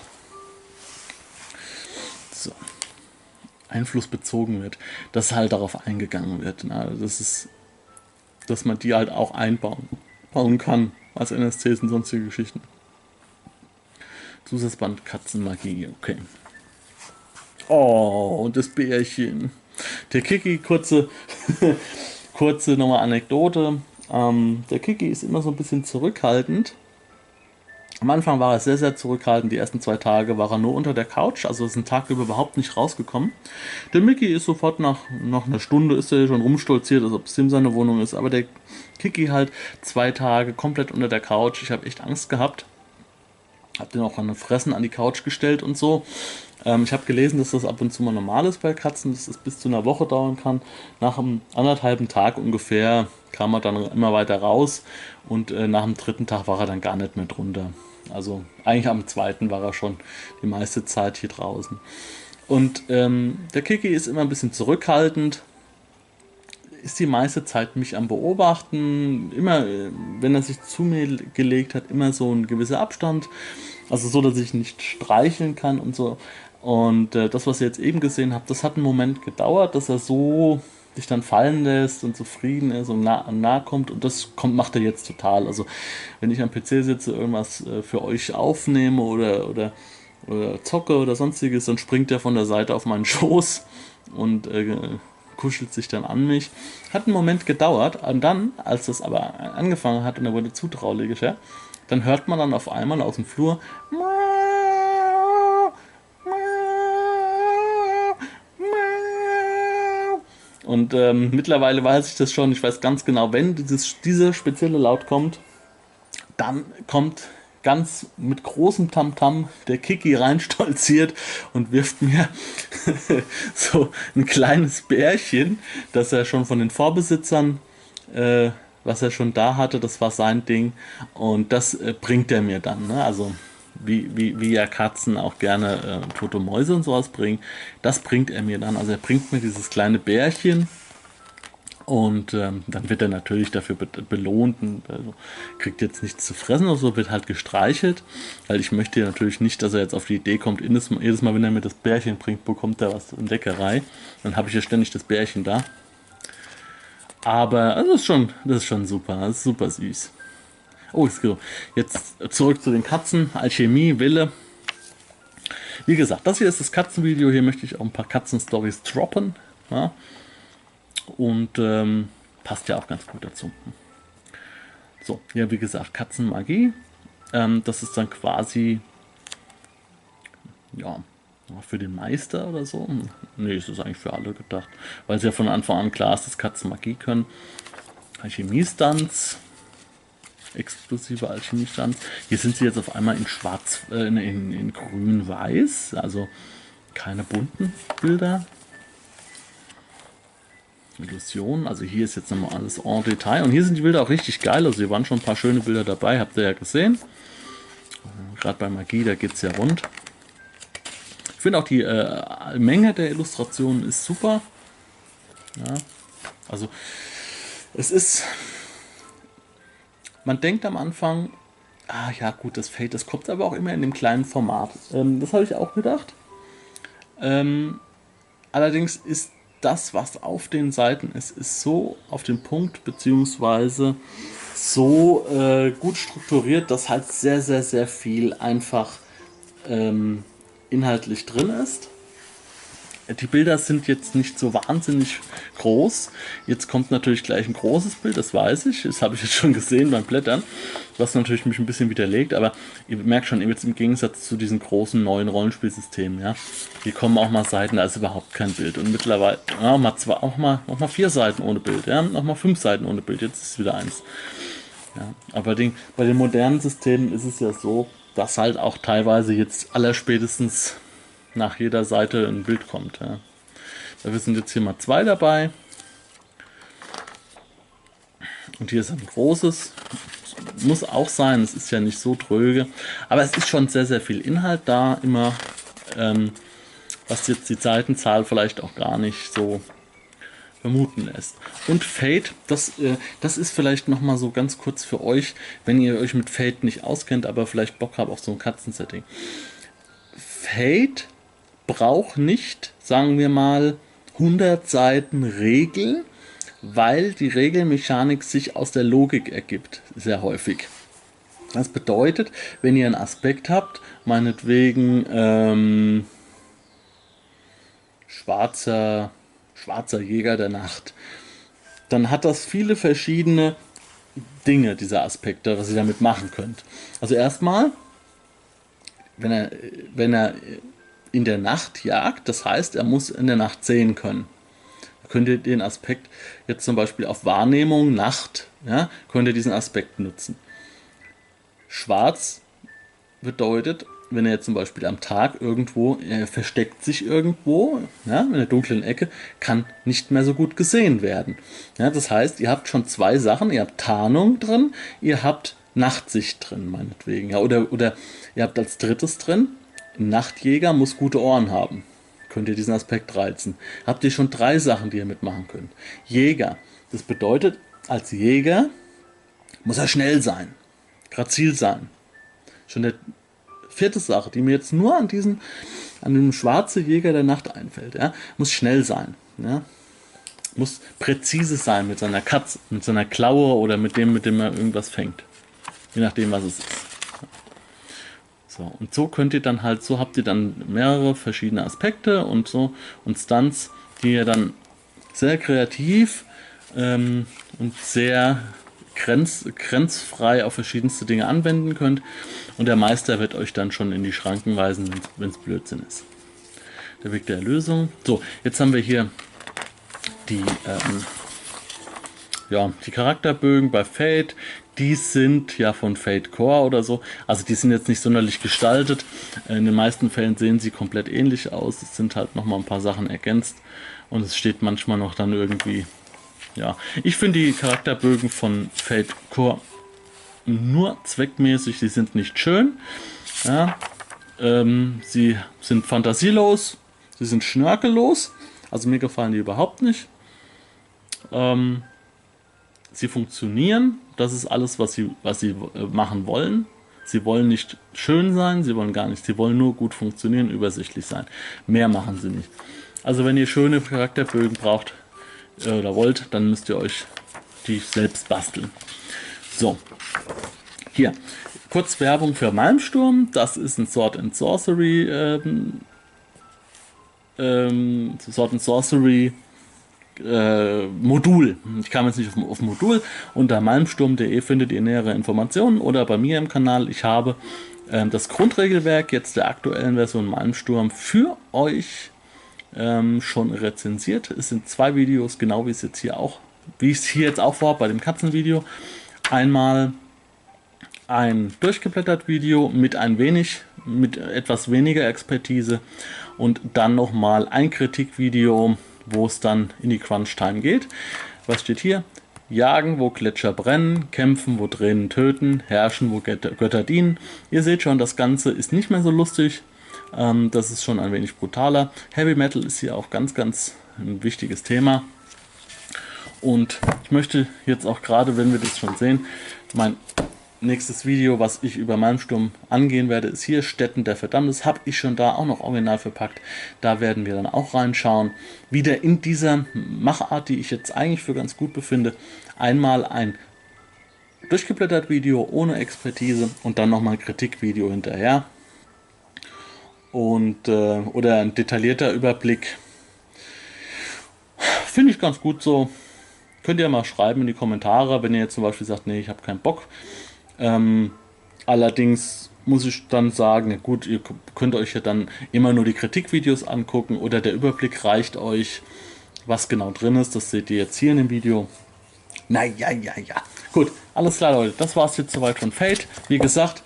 So. Einfluss bezogen wird, dass halt darauf eingegangen wird. Also dass man die halt auch bauen kann als NSCs und sonstige Geschichten. Zusatzband Katzenmagie, okay. Oh, und das Bärchen. Der Kiki, kurze nochmal Anekdote. Der Kiki ist immer so ein bisschen zurückhaltend. Am Anfang war er sehr, sehr zurückhaltend. Die ersten 2 Tage war er nur unter der Couch, also ist ein Tag über überhaupt nicht rausgekommen. Der Mickey ist sofort nach einer Stunde ist er schon rumstolziert, als ob es ihm seine Wohnung ist. Aber der Kiki halt 2 Tage komplett unter der Couch. Ich habe echt Angst gehabt. Hab den auch an Fressen an die Couch gestellt und so. Ich habe gelesen, dass das ab und zu mal normal ist bei Katzen, dass das bis zu einer Woche dauern kann. Nach einem 1,5 Tag ungefähr kam er dann immer weiter raus und nach dem 3. Tag war er dann gar nicht mehr drunter. Also eigentlich am 2. war er schon die meiste Zeit hier draußen. Und der Kiki ist immer ein bisschen zurückhaltend, ist die meiste Zeit mich am Beobachten, immer, wenn er sich zu mir gelegt hat, immer so ein gewisser Abstand, also so, dass ich nicht streicheln kann und so. Und das, was ihr jetzt eben gesehen habt, das hat einen Moment gedauert, dass er so sich dann fallen lässt und zufrieden ist und nah kommt, und das macht er jetzt total. Also wenn ich am PC sitze, irgendwas für euch aufnehme oder zocke oder sonstiges, dann springt er von der Seite auf meinen Schoß und kuschelt sich dann an mich. Hat einen Moment gedauert, und dann, als das aber angefangen hat und er wurde zutraulicher, dann hört man dann auf einmal aus dem Flur und mittlerweile weiß ich das schon, ich weiß ganz genau, wenn dieser spezielle Laut kommt, dann kommt ganz mit großem Tamtam der Kiki reinstolziert und wirft mir so ein kleines Bärchen, das er schon von den Vorbesitzern, was er schon da hatte, das war sein Ding, und das bringt er mir dann. Ne? Also wie ja Katzen auch gerne tote Mäuse und sowas bringen, das bringt er mir dann. Also er bringt mir dieses kleine Bärchen. Und dann wird er natürlich dafür belohnt und also kriegt jetzt nichts zu fressen oder so, wird halt gestreichelt, weil ich möchte ja natürlich nicht, dass er jetzt auf die Idee kommt, jedes Mal, wenn er mir das Bärchen bringt, bekommt er was in Leckerei. Dann habe ich ja ständig das Bärchen da. Aber also das ist schon super, das ist super süß. Oh, jetzt zurück zu den Katzen, Alchemie, Wille. Wie gesagt, das hier ist das Katzenvideo, hier möchte ich auch ein paar Katzen-Stories droppen. Ja? Und passt ja auch ganz gut dazu. So, ja, wie gesagt, Katzenmagie. Das ist dann quasi, ja, für den Meister oder so. Nee, es ist eigentlich für alle gedacht, weil es ja von Anfang an klar ist, dass Katzen Magie können. Alchemie-Stunts, exklusive Alchemie-Stunts. Hier sind sie jetzt auf einmal in schwarz, in grün-weiß, also keine bunten Bilder. Illusionen, also hier ist jetzt nochmal alles en Detail, und hier sind die Bilder auch richtig geil, also hier waren schon ein paar schöne Bilder dabei, habt ihr ja gesehen. Gerade bei Magie, da geht es ja rund. Ich finde auch die Menge der Illustrationen ist super. Ja, also es ist, man denkt am Anfang, ah ja gut, das Fate, das kommt aber auch immer in dem kleinen Format. Das habe ich auch gedacht. Allerdings ist das, was auf den Seiten ist so auf den Punkt, beziehungsweise so gut strukturiert, dass halt sehr, sehr, sehr viel einfach inhaltlich drin ist. Die Bilder sind jetzt nicht so wahnsinnig groß. Jetzt kommt natürlich gleich ein großes Bild, das weiß ich. Das habe ich jetzt schon gesehen beim Blättern, was natürlich mich ein bisschen widerlegt. Aber ihr merkt schon, jetzt im Gegensatz zu diesen großen neuen Rollenspielsystemen, ja, hier kommen auch mal Seiten, da ist überhaupt kein Bild. Und mittlerweile auch mal 4 Seiten ohne Bild, ja, noch mal 5 Seiten ohne Bild. Jetzt ist es wieder 1. Ja, aber bei den modernen Systemen ist es ja so, dass halt auch teilweise jetzt allerspätestens nach jeder Seite ein Bild kommt. Ja. Dafür sind jetzt hier mal 2 dabei. Und hier ist ein großes. Muss auch sein, es ist ja nicht so tröge. Aber es ist schon sehr, sehr viel Inhalt da. Immer, was jetzt die Seitenzahl vielleicht auch gar nicht so vermuten lässt. Und Fate, das ist vielleicht nochmal so ganz kurz für euch, wenn ihr euch mit Fate nicht auskennt, aber vielleicht Bock habt auf so ein Katzensetting. Fate braucht nicht, sagen wir mal, 100 Seiten Regel, weil die Regelmechanik sich aus der Logik ergibt, sehr häufig. Das bedeutet, wenn ihr einen Aspekt habt, meinetwegen schwarzer Jäger der Nacht, dann hat das viele verschiedene Dinge, diese Aspekte, was ihr damit machen könnt. Also erstmal, wenn er in der Nacht jagt, das heißt, er muss in der Nacht sehen können. Da könnt ihr den Aspekt jetzt zum Beispiel auf Wahrnehmung, Nacht, ja, könnt ihr diesen Aspekt nutzen. Schwarz bedeutet, wenn er jetzt zum Beispiel am Tag irgendwo, er versteckt sich irgendwo, ja, in der dunklen Ecke, kann nicht mehr so gut gesehen werden. Ja, das heißt, ihr habt schon zwei Sachen, ihr habt Tarnung drin, ihr habt Nachtsicht drin, meinetwegen. Ja, oder ihr habt als drittes drin, ein Nachtjäger muss gute Ohren haben. Könnt ihr diesen Aspekt reizen. Habt ihr schon drei Sachen, die ihr mitmachen könnt. Jäger, das bedeutet, als Jäger muss er schnell sein, grazil sein. Schon der vierte Sache, die mir jetzt nur an dem schwarzen Jäger der Nacht einfällt, ja, muss schnell sein, ja, muss präzise sein mit seiner Katze, mit seiner Klaue oder mit dem er irgendwas fängt, je nachdem was es ist. So, und so könnt ihr dann halt, so habt ihr dann mehrere verschiedene Aspekte und so und Stunts, die ihr dann sehr kreativ und sehr grenzfrei auf verschiedenste Dinge anwenden könnt und der Meister wird euch dann schon in die Schranken weisen, wenn es Blödsinn ist. Der Weg der Erlösung. So, jetzt haben wir hier die Charakterbögen bei Fate. Die sind ja von Fate Core oder so, also die sind jetzt nicht sonderlich gestaltet. In den meisten Fällen sehen sie komplett ähnlich aus. Es sind halt nochmal ein paar Sachen ergänzt und es steht manchmal noch dann irgendwie. Ja, ich finde die Charakterbögen von Fate Core nur zweckmäßig, sie sind nicht schön. Ja, sie sind fantasielos, sie sind schnörkellos, also mir gefallen die überhaupt nicht. Sie funktionieren, das ist alles, was sie machen wollen. Sie wollen nicht schön sein, sie wollen gar nicht, sie wollen nur gut funktionieren, übersichtlich sein. Mehr machen sie nicht. Also wenn ihr schöne Charakterbögen braucht, oder wollt, dann müsst ihr euch die selbst basteln. So, hier, kurz Werbung für Malmsturm, das ist ein Sword and Sorcery Modul. Ich kam jetzt nicht auf Modul. Unter malmsturm.de findet ihr nähere Informationen oder bei mir im Kanal. Ich habe das Grundregelwerk jetzt der aktuellen Version Malmsturm für euch schon rezensiert. Es sind zwei Videos, genau wie es jetzt hier auch, wie ich es hier jetzt auch vorhabe bei dem Katzenvideo. Einmal ein durchgeblättert Video mit etwas weniger Expertise und dann nochmal ein Kritikvideo, wo es dann in die Crunch-Time geht. Was steht hier? Jagen, wo Gletscher brennen, kämpfen, wo Tränen töten, herrschen, wo Götter dienen. Ihr seht schon, das Ganze ist nicht mehr so lustig. Das ist schon ein wenig brutaler. Heavy Metal ist hier auch ganz, ganz ein wichtiges Thema. Und ich möchte jetzt auch gerade, wenn wir das schon sehen, mein nächstes Video, was ich über Malmsturm angehen werde, ist hier Stätten der Verdammnis. Habe ich schon da auch noch original verpackt. Da werden wir dann auch reinschauen. Wieder in dieser Machart, die ich jetzt eigentlich für ganz gut befinde. Einmal ein durchgeblättert Video ohne Expertise und dann nochmal ein Kritikvideo hinterher. Und oder ein detaillierter Überblick. Finde ich ganz gut so. Könnt ihr mal schreiben in die Kommentare, wenn ihr jetzt zum Beispiel sagt, nee, ich habe keinen Bock. Allerdings muss ich dann sagen, na gut, ihr könnt euch ja dann immer nur die Kritikvideos angucken oder der Überblick reicht euch, was genau drin ist. Das seht ihr jetzt hier in dem Video. Naja. Gut, alles klar, Leute. Das war es jetzt soweit von Fate. Wie gesagt,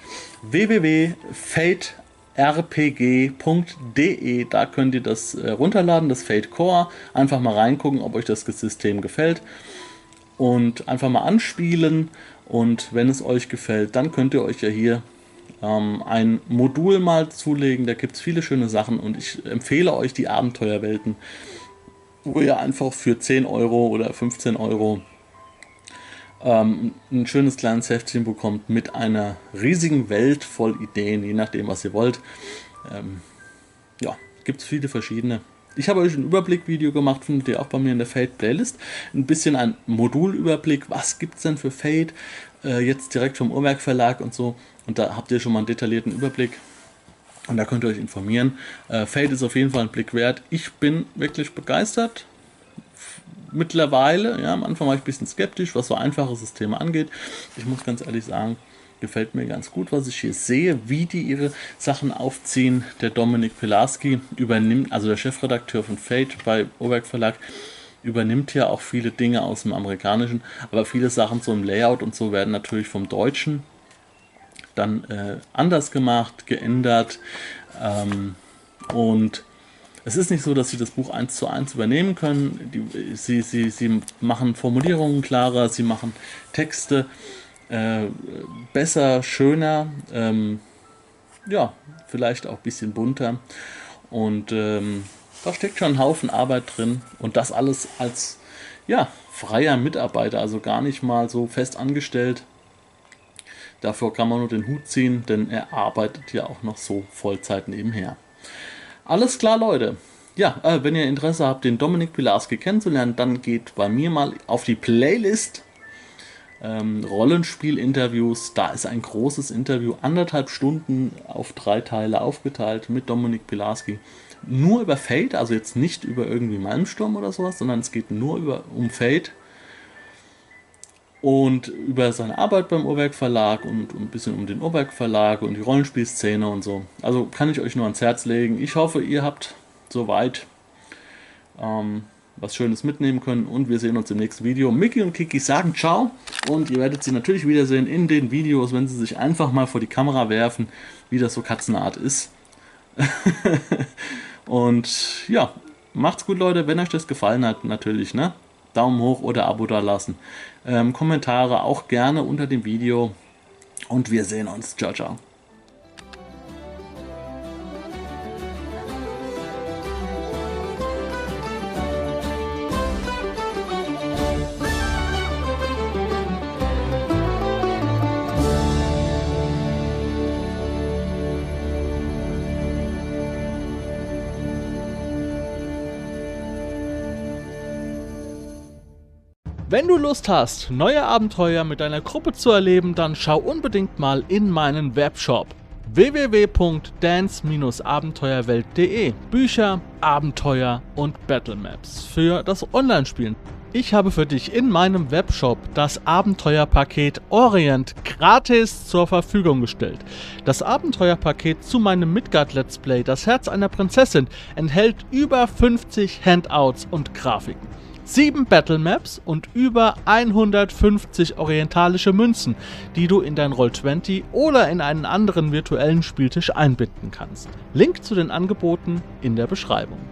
www.faterpg.de, da könnt ihr das runterladen, das Fate Core. Einfach mal reingucken, ob euch das System gefällt. Und einfach mal anspielen. Und wenn es euch gefällt, dann könnt ihr euch ja hier ein Modul mal zulegen. Da gibt es viele schöne Sachen und ich empfehle euch die Abenteuerwelten, wo ihr einfach für 10 Euro oder 15 Euro ein schönes kleines Heftchen bekommt mit einer riesigen Welt voll Ideen, je nachdem was ihr wollt. Ja, gibt es viele verschiedene. Ich habe euch ein Überblickvideo gemacht, findet ihr auch bei mir in der Fate Playlist. Ein bisschen ein Modulüberblick, was gibt es denn für Fate, jetzt direkt vom Uhrwerk Verlag und so. Und da habt ihr schon mal einen detaillierten Überblick. Und da könnt ihr euch informieren. Fate ist auf jeden Fall ein Blick wert. Ich bin wirklich begeistert. Mittlerweile, ja, am Anfang war ich ein bisschen skeptisch, was so einfache Systeme angeht. Ich muss ganz ehrlich sagen, gefällt mir ganz gut, was ich hier sehe, wie die ihre Sachen aufziehen. Der Dominik Pilarski übernimmt, also der Chefredakteur von Fate bei Uhrwerk Verlag, übernimmt ja auch viele Dinge aus dem Amerikanischen, aber viele Sachen so im Layout und so werden natürlich vom Deutschen dann anders gemacht, geändert, und es ist nicht so, dass sie das Buch 1:1 übernehmen können. Sie machen Formulierungen klarer, sie machen Texte besser, schöner, ja, vielleicht auch ein bisschen bunter. Und da steckt schon ein Haufen Arbeit drin. Und das alles als ja, freier Mitarbeiter, also gar nicht mal so fest angestellt. Dafür kann man nur den Hut ziehen, denn er arbeitet ja auch noch so Vollzeit nebenher. Alles klar, Leute. Ja, wenn ihr Interesse habt, den Dominik Pilarski kennenzulernen, dann geht bei mir mal auf die Playlist Rollenspiel-Interviews. Da ist ein großes Interview, 1,5 Stunden auf 3 Teile aufgeteilt mit Dominik Pilarski. Nur über Fate, also jetzt nicht über irgendwie Malmsturm oder sowas, sondern es geht nur um Fate. Und über seine Arbeit beim Uhrwerk Verlag und ein bisschen um den Uhrwerk Verlag und die Rollenspielszene und so. Also kann ich euch nur ans Herz legen. Ich hoffe, ihr habt soweit was Schönes mitnehmen können und wir sehen uns im nächsten Video. Mickey und Kiki sagen ciao und ihr werdet sie natürlich wiedersehen in den Videos, wenn sie sich einfach mal vor die Kamera werfen, wie das so Katzenart ist. Und ja, macht's gut, Leute. Wenn euch das gefallen hat, natürlich, ne? Daumen hoch oder Abo da lassen. Kommentare auch gerne unter dem Video. Und wir sehen uns. Ciao, ciao. Wenn du Lust hast, neue Abenteuer mit deiner Gruppe zu erleben, dann schau unbedingt mal in meinen Webshop www.dance-abenteuerwelt.de. Bücher, Abenteuer und Battlemaps für das Online-Spielen. Ich habe für dich in meinem Webshop das Abenteuerpaket Orient gratis zur Verfügung gestellt. Das Abenteuerpaket zu meinem Midgard Let's Play, das Herz einer Prinzessin, enthält über 50 Handouts und Grafiken. 7 Battlemaps und über 150 orientalische Münzen, die du in dein Roll20 oder in einen anderen virtuellen Spieltisch einbinden kannst. Link zu den Angeboten in der Beschreibung.